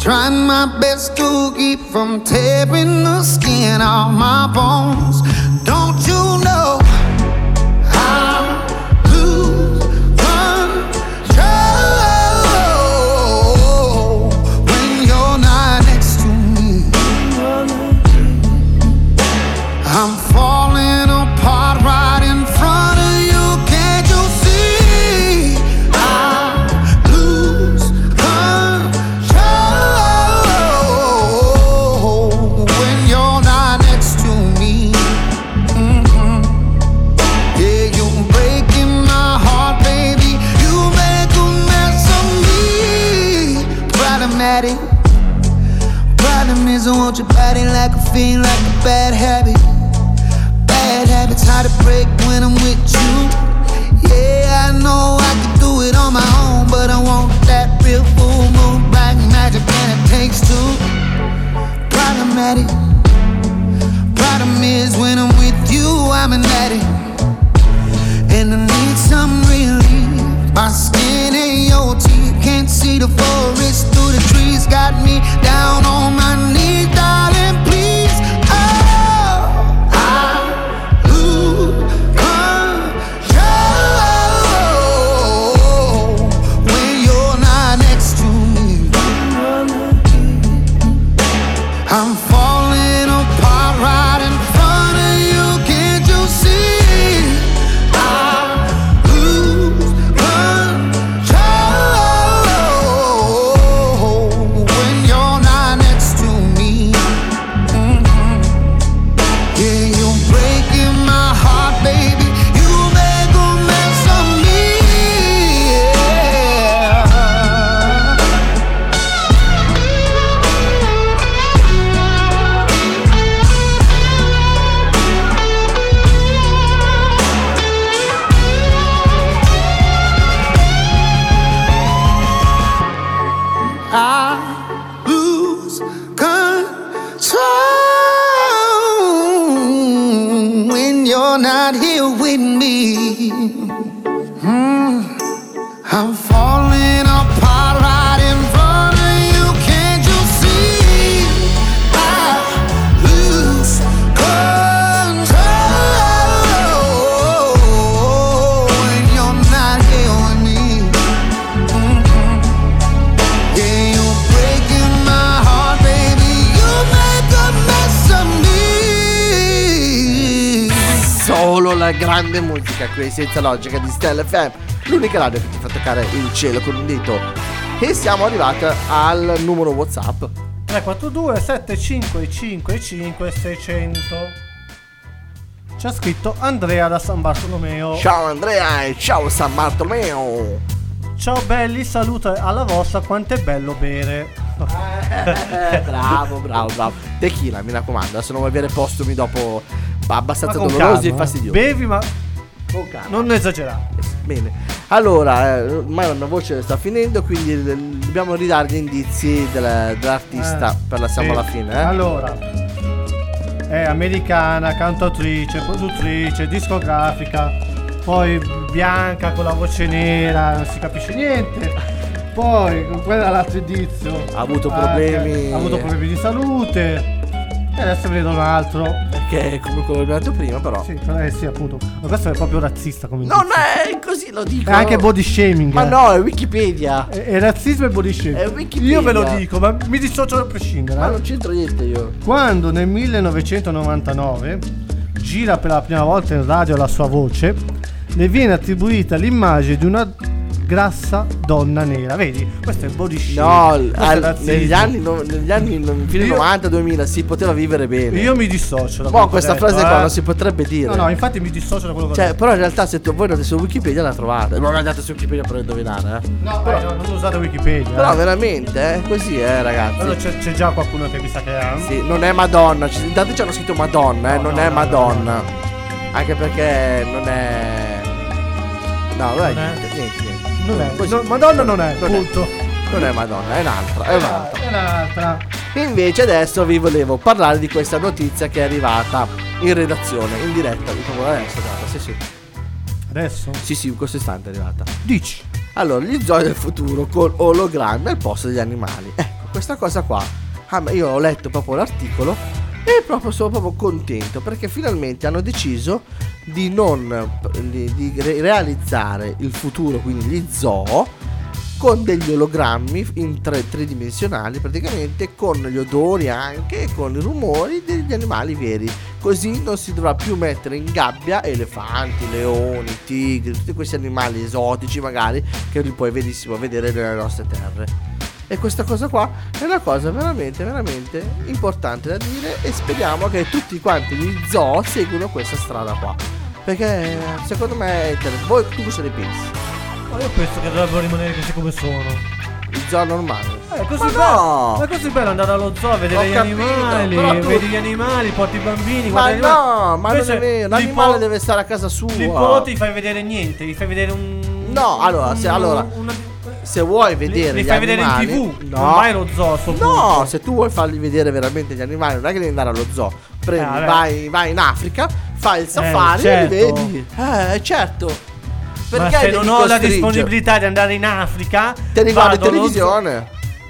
trying my best to keep from tearing the skin off my bones. Don't you know I lose control when you're not next to me? I'm falling apart right in front of you. Can't you see? I lose control when you're not next to me. Yeah, you're breaking my heart, baby. You make a mess of me. Problematic. Problem is I want your body like a fiend, like a bad habit. Bad habits hard to break when I'm with you. Yeah, I know I can do it on my own, but I want that real full moon, black magic, and it takes two. Problematic. Problem is when I'm with you, I'm an addict, and I need some relief. My skin and your teeth, can't see the forest through the trees. Got me down on my knees, darling, please. Oh, I lose control when you're not next to me. I'm falling apart right in front of you. Can't you see? I lose control when you're not next to me. Yeah, you're breaking my heart, baby. You make a mess of me. I lose control when you're not here with me. I'm falling apart right in front of you. Can't you see? I lose control when you're not here with me. Yeah, you're breaking my heart, baby. You make a mess of me. Solo la grande musica qui senza logica di Stella FM, l'unica radio che ti fa toccare il cielo con un dito. E siamo arrivati al numero WhatsApp. 342 7555 600. C'ha scritto Andrea da San Bartolomeo. Ciao Andrea e ciao San Bartolomeo. Ciao belli, salute alla vostra, quanto è bello bere. Bravo. Tequila, mi raccomando, se non vuoi avere postumi dopo abbastanza Ma con dolorosi e calma, fastidiosi. Bevi, ma Con calma. non esagerare. Bene, allora, ormai una voce sta finendo, quindi dobbiamo ridare gli indizi dell'artista per la siamo Sì. alla fine. Allora, è americana, cantautrice, produttrice, discografica. Poi bianca con la voce nera, non si capisce niente. Poi quella l'altro indizio Ha avuto problemi. ha avuto problemi di salute. E adesso vedo un altro. Che è come quello che abbiamo detto prima, però. Sì, sì, appunto. Ma questo è proprio razzista come Non indizio. è così, lo dico. È anche body shaming. Ma no, è Wikipedia. È razzismo e body shaming. È Wikipedia. Io ve lo dico, ma mi dissocio a prescindere. Ma non c'entro niente io. Quando nel 1999 gira per la prima volta in radio la sua voce, le viene attribuita l'immagine di una grassa donna nera. Vedi? Questo è body shaming. No, negli anni fine Io- 90-2000 si poteva vivere bene. Io mi dissocio da Boh, quello che questa ho detto, frase qua non si potrebbe dire. No, infatti mi dissocio da quello che ho Cioè, detto. però in realtà se voi andate su Wikipedia la trovate. Non andate su Wikipedia per indovinare, No, non usate Wikipedia. Però veramente, così, ragazzi. Allora c'è già qualcuno che mi sa che ha. Sì, non è Madonna. Intanto ci hanno scritto Madonna, non è Madonna. Anche perché non è. No, Non è? niente. Non è. Così. No, Madonna non è, Non è. punto. Non è Madonna, è un'altra. È un'altra. È un'altra. Invece adesso vi volevo parlare di questa notizia che è arrivata in redazione, in diretta. Diciamo adesso, guarda, sì. Adesso? Sì, in questo istante è arrivata. Dici. Allora, gli zooi del futuro con ologrammi al posto degli animali. Ecco, questa cosa qua, io ho letto proprio l'articolo e sono proprio contento perché finalmente hanno deciso di realizzare il futuro, quindi gli zoo, con degli ologrammi in tridimensionali, praticamente con gli odori anche e con i rumori degli animali veri. Così non si dovrà più mettere in gabbia elefanti, leoni, tigri, tutti questi animali esotici magari che li puoi benissimo vedere nelle nostre terre. E questa cosa qua è una cosa veramente veramente importante da dire, e speriamo che tutti quanti gli zoo seguano questa strada qua, perché secondo me è interessante. Voi tu cosa ne pensi? Io penso che dovrebbero rimanere così come sono. Il zoo normale. È così bello. È così bello andare allo zoo a vedere gli animali. Vedi gli animali, porti i bambini. Ma no, ma invece non è vero. L'animale deve stare a casa sua. Nipoti gli fai vedere niente, gli fai vedere un. No, allora, se vuoi vedere li gli fai animali, vedere in TV, no. non vai allo zoo a sto punto. No, se tu vuoi farli vedere veramente gli animali, non è che devi andare allo zoo. Prendi, vai in Africa, fai il safari certo. e li vedi. Certo. Perché ma se non ho la disponibilità di andare in Africa, te ne guardi televisione.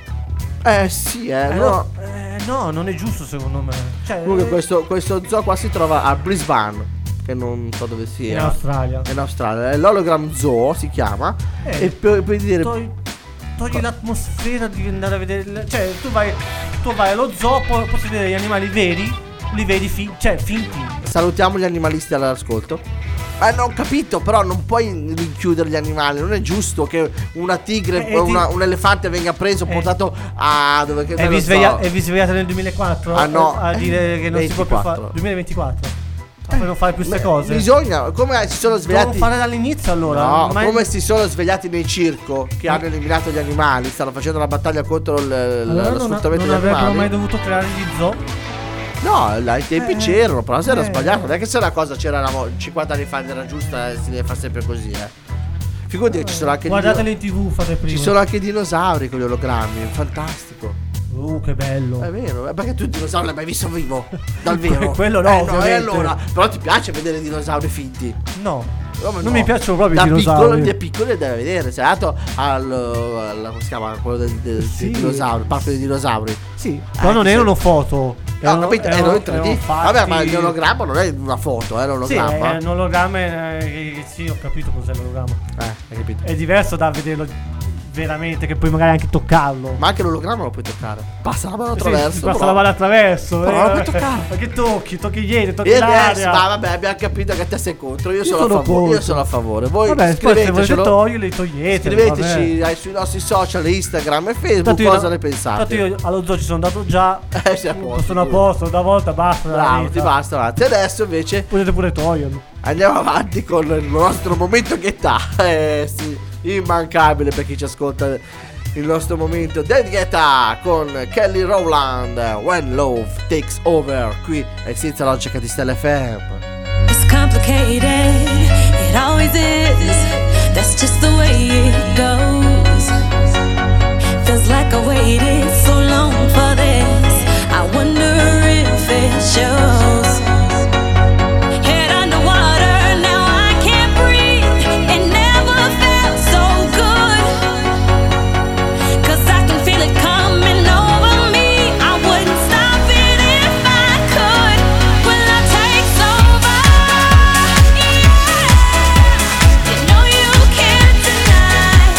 Sì, no. No, non è giusto secondo me. Comunque questo zoo qua si trova a Brisbane, che non so dove sia. In Australia. In Australia. L'Hologram Zoo si chiama. E per dire togli l'atmosfera di andare a vedere. Cioè, tu vai allo zoo, posso vedere gli animali veri, li vedi finti. Salutiamo gli animalisti all'ascolto. Non ho capito, però non puoi rinchiudere gli animali. Non è giusto che una tigre o un elefante venga preso, portato a dove che e vi svegliate nel 2004 a dire che non 24. Si può più fare. 2024 per non fare più queste cose. Bisogna, come si sono svegliati. Devono fare dall'inizio allora. No, come si sono svegliati nei circo che hanno eliminato gli animali, stanno facendo la battaglia contro lo sfruttamento degli animali. Non avrebbero mai dovuto creare gli zoo. No, ai tempi c'erano, però si era sbagliato. Non è che se una cosa c'era 50 anni fa era giusta, si deve fare sempre così, Figurati che ci sono anche guardateli in TV, fate prima. Ci sono anche i dinosauri con gli ologrammi, è fantastico. Che bello. È vero, perché tu il dinosauro l'hai mai visto vivo? Dal vero? Quello no, e allora, però ti piace vedere dinosauri finti? No. Non mi piacciono proprio i dinosauri. Da piccolo li deve vedere. Sei andato come si chiama? Quello del dinosauro, il parco dei dinosauri. Sì, però non erano foto. Ho capito, erano in 3D. Vabbè, ma l'ologramma non è una foto, è l'ologramma. Sì, è un ologramma. Sì, ho capito cos'è l'ologramma. Hai capito. È diverso da vederlo veramente, che puoi magari anche toccarlo. Ma anche l'ologramma lo puoi toccare. Passa la mano attraverso. Passa la mano attraverso. Però lo puoi toccare. Perché tocchi niente, tocchi l'aria. Ma vabbè, abbiamo capito che te sei contro. Io sono a favore. Voi scrivetecelo. Se volete li togliete. Scriveteci sui nostri social, Instagram e Facebook, cosa ne pensate. Tanto io allo zoo ci sono andato già. Sono a posto, una volta basta. Bravo, ti basta avanti. Adesso invece potete pure toglierlo. Andiamo avanti con il nostro momento Ghetà. Sì, immancabile per chi ci ascolta. Il nostro momento Dead Ghetà con Kelly Rowland, When Love Takes Over, qui è Senza Logica di Stella FM. It's complicated, it always is. That's just the way it goes. Feels like I waited so long for this. I wonder if it shows. Tonight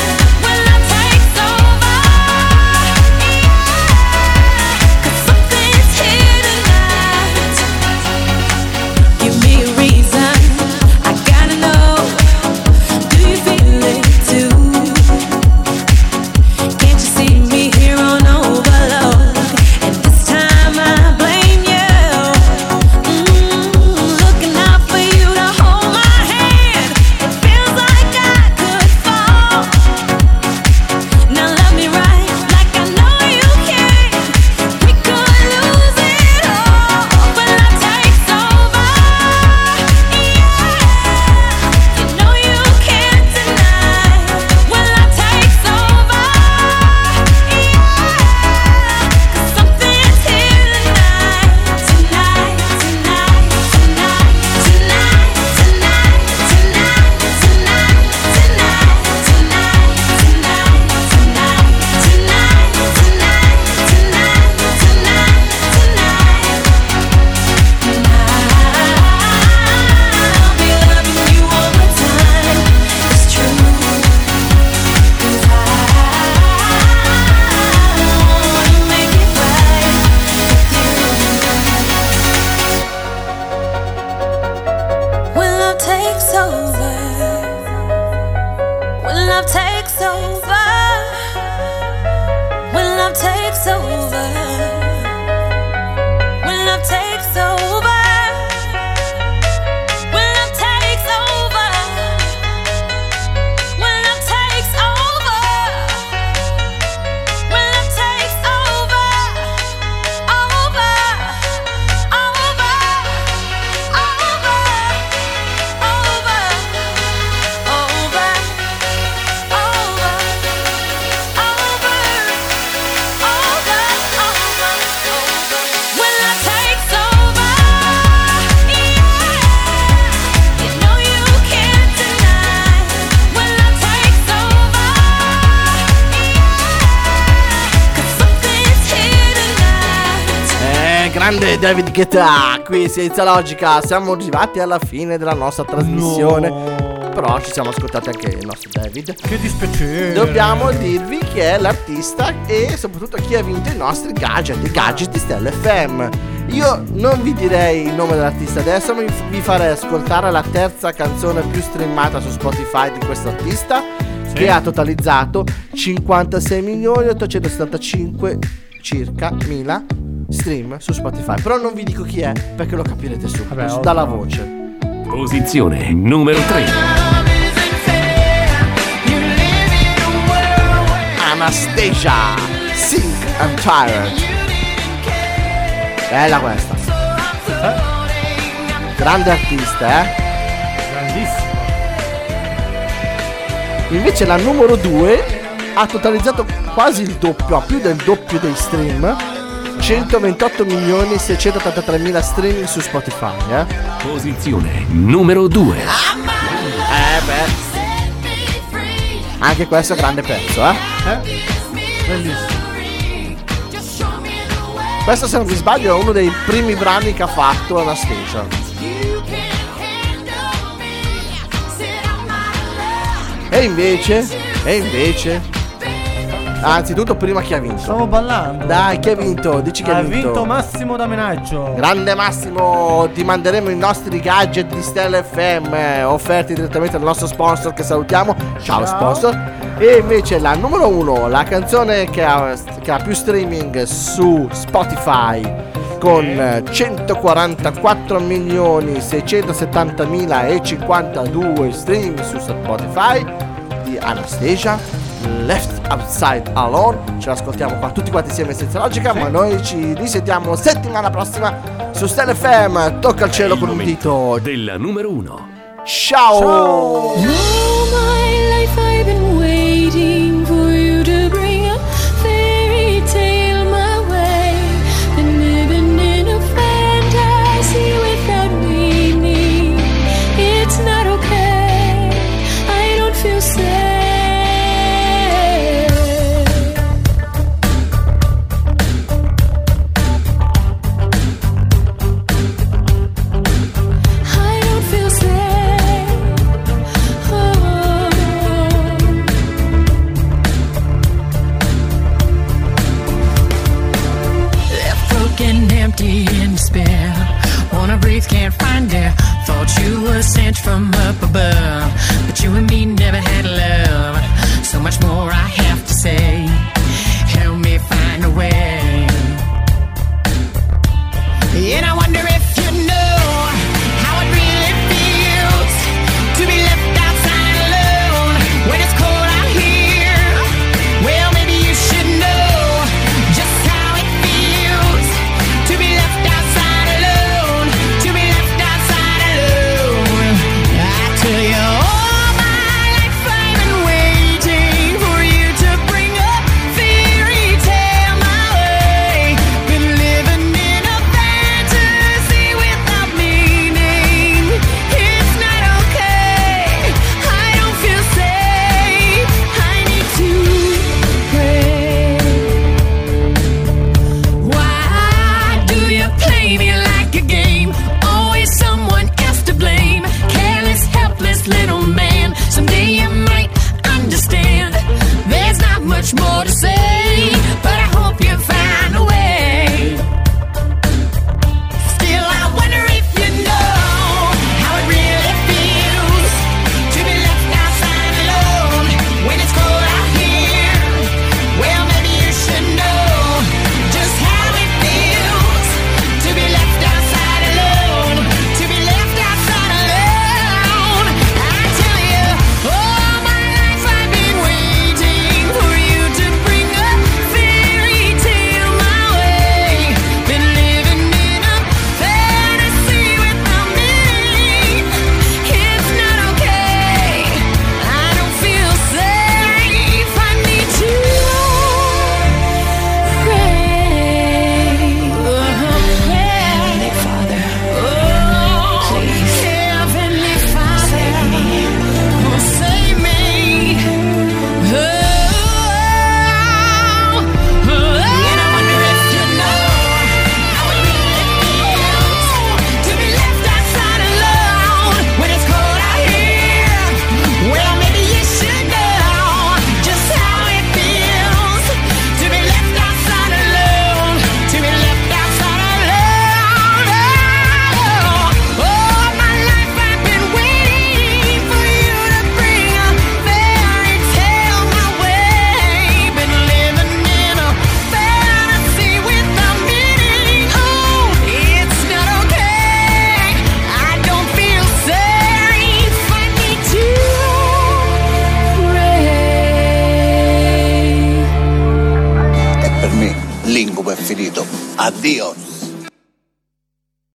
takes over, when love takes over, when love takes over. Grande David Guetta, qui senza logica. Siamo arrivati alla fine della nostra trasmissione. No. Però ci siamo ascoltati anche il nostro David. Che dispiacere. Dobbiamo dirvi chi è l'artista e soprattutto chi ha vinto i nostri gadget, i gadget di Stella FM. Io non vi direi il nome dell'artista adesso, ma vi farei ascoltare la terza canzone più streamata su Spotify di questo artista, che ha totalizzato 56.875 circa mila stream su Spotify. Però non vi dico chi è, perché lo capirete subito dalla voce. Posizione numero 3. Anastasia, Sick and Tired. Bella questa. Grande artista, Grandissimo. Invece la numero 2 ha totalizzato quasi il doppio, ha più del doppio dei stream. 128.683.000 streaming su Spotify, Posizione numero 2. Beh, anche questo è un grande pezzo, Bellissimo. Questo, se non mi sbaglio, è uno dei primi brani che ha fatto Anastasia. E invece anzitutto, prima chi ha vinto? Stavo ballando. Dai, chi ha vinto? Dici chi ha vinto. Ha vinto Massimo D'Amenaggio. Grande Massimo, ti manderemo i nostri gadget di Stella FM offerti direttamente dal nostro sponsor, che salutiamo. Ciao sponsor. E invece la numero 1, la canzone che ha più streaming su Spotify, con 144.670.052 stream su Spotify, di Anastasia, Left Outside Alone. Ce l'ascoltiamo qua tutti quanti insieme senza logica, ma noi ci risentiamo settimana prossima su Stella FM. Tocca al cielo con un dito della numero 1. Ciao. All my life I've been waiting for you to bring a fairy tale my way. Been living in a fantasy without meaning. It's not okay, I don't feel safe. In despair, wanna breathe, can't find air. Thought you were sent from up above, but you and me never had love. So much more I have to say. Help me find a way. And I wonder if you know how it really feels to be left outside alone when it's cold out here. Well, maybe you should know just how it feels to be left outside alone, to be left outside alone. I tell you, all my life I've been waiting for you to bring a fairy tale my way. Been living in a fantasy without meaning. It's not okay, I don't feel safe, I need to pray. Why do you play me like a game? Always someone else to blame. Careless, helpless little man. Someday you might understand. There's not much more to say, but I hope you find a way. Still, I wonder if you know how it really feels to be left outside alone when it's cold out. finito. Addio.